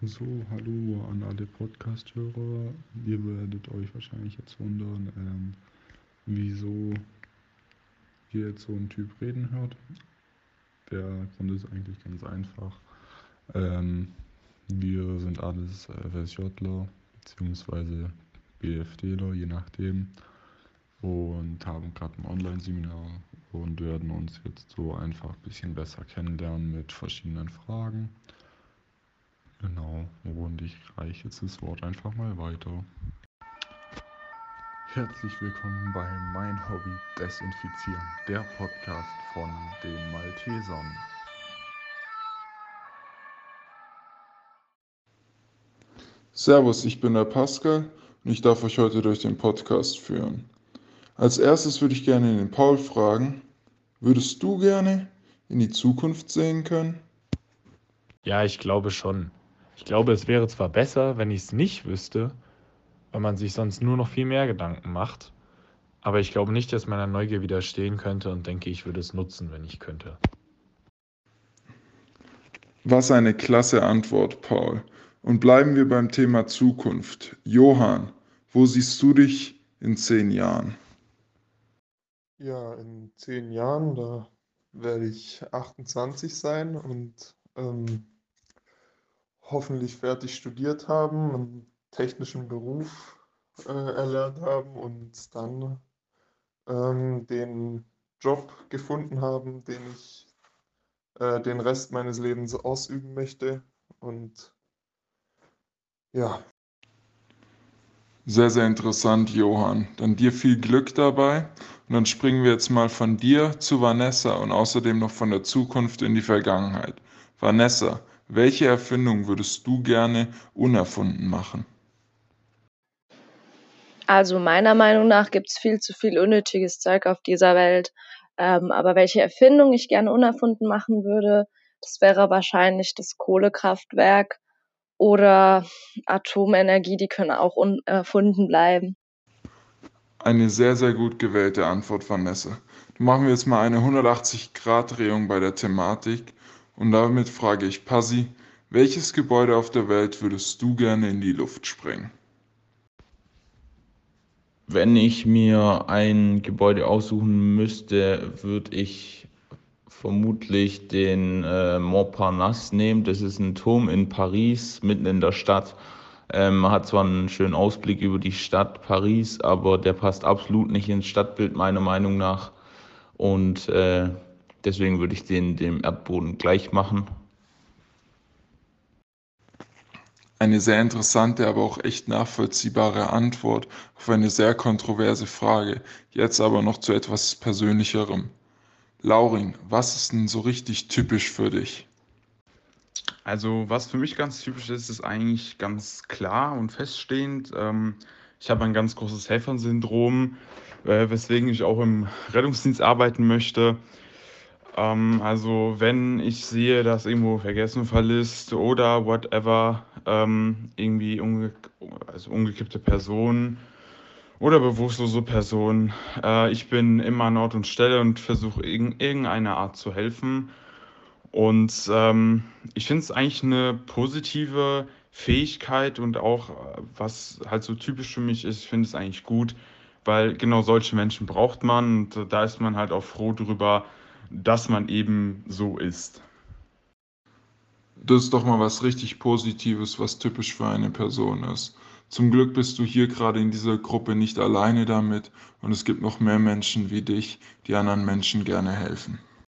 So, hallo an alle Podcast-Hörer. Ihr werdet euch wahrscheinlich jetzt wundern, wieso ihr jetzt so einen Typ reden hört. Der Grund ist eigentlich ganz einfach. Ähm, Wir sind alles FSJler bzw. BFDler, je nachdem, und haben gerade ein Online-Seminar und werden uns jetzt so einfach ein bisschen besser kennenlernen mit verschiedenen Fragen. Genau, und ich reiche jetzt das Wort einfach mal weiter. Herzlich willkommen bei Mein Hobby Desinfizieren, der Podcast von den Maltesern. Servus, ich bin der Pascal und ich darf euch heute durch den Podcast führen. Als erstes würde ich gerne den Paul fragen, würdest du gerne in die Zukunft sehen können? Ja, ich glaube schon. Ich glaube, es wäre zwar besser, wenn ich es nicht wüsste, weil man sich sonst nur noch viel mehr Gedanken macht, aber ich glaube nicht, dass meiner Neugier widerstehen könnte und denke, ich würde es nutzen, wenn ich könnte. Was eine klasse Antwort, Paul. Und bleiben wir beim Thema Zukunft. Johann, wo siehst du dich in 10 Jahren? Ja, in 10 Jahren, da werde ich 28 sein und hoffentlich fertig studiert haben, einen technischen Beruf erlernt haben und dann den Job gefunden haben, den ich den Rest meines Lebens ausüben möchte. Und ja, Sehr, sehr interessant, Johann. Dann dir viel Glück dabei. Und dann springen wir jetzt mal von dir zu Vanessa und außerdem noch von der Zukunft in die Vergangenheit. Vanessa, welche Erfindung würdest du gerne unerfunden machen? Also meiner Meinung nach gibt's viel zu viel unnötiges Zeug auf dieser Welt. Aber welche Erfindung ich gerne unerfunden machen würde, das wäre wahrscheinlich das Kohlekraftwerk oder Atomenergie, die können auch unerfunden bleiben. Eine sehr, sehr gut gewählte Antwort, Vanessa. Dann machen wir jetzt mal eine 180-Grad-Drehung bei der Thematik. Und damit frage ich Pasi, welches Gebäude auf der Welt würdest du gerne in die Luft sprengen? Wenn ich mir ein Gebäude aussuchen müsste, würde ich vermutlich den Montparnasse nehmen. Das ist ein Turm in Paris, mitten in der Stadt. Man hat zwar einen schönen Ausblick über die Stadt Paris, aber der passt absolut nicht ins Stadtbild meiner Meinung nach. Und deswegen würde ich den dem Erdboden gleich machen. Eine sehr interessante, aber auch echt nachvollziehbare Antwort auf eine sehr kontroverse Frage. Jetzt aber noch zu etwas Persönlicherem. Laurin, was ist denn so richtig typisch für dich? Also, was für mich ganz typisch ist, ist eigentlich ganz klar und feststehend. Ich habe ein ganz großes Helfersyndrom, weswegen ich auch im Rettungsdienst arbeiten möchte. Also, wenn ich sehe, dass irgendwo Vergessenfall ist oder whatever, irgendwie also umgekippte Personen oder bewusstlose Personen, ich bin immer an Ort und Stelle und versuche irgendeine Art zu helfen. Und ich finde es eigentlich eine positive Fähigkeit und auch, was halt so typisch für mich ist, ich finde es eigentlich gut, weil genau solche Menschen braucht man und da ist man halt auch froh drüber, dass man eben so ist. Das ist doch mal was richtig Positives, was typisch für eine Person ist. Zum Glück bist du hier gerade in dieser Gruppe nicht alleine damit und es gibt noch mehr Menschen wie dich, die anderen Menschen gerne helfen.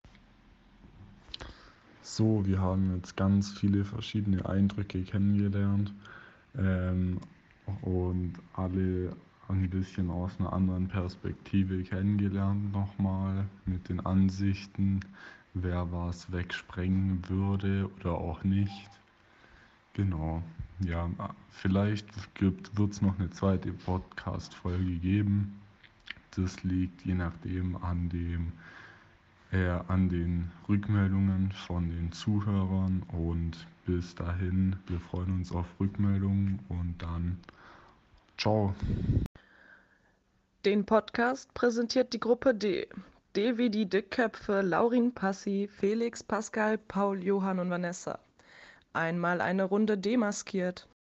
So, wir haben jetzt ganz viele verschiedene Eindrücke kennengelernt ähm, und alle ein bisschen aus einer anderen Perspektive kennengelernt nochmal mit den Ansichten, wer was wegsprengen würde oder auch nicht. Genau, ja, vielleicht wird es noch eine zweite Podcast-Folge geben. Das liegt je nachdem an den Rückmeldungen von den Zuhörern und bis dahin, wir freuen uns auf Rückmeldungen und dann ciao. Den Podcast präsentiert die Gruppe D. D wie die Dickköpfe Laurin, Passi, Felix, Pascal, Paul, Johann und Vanessa. einmal eine Runde demaskiert.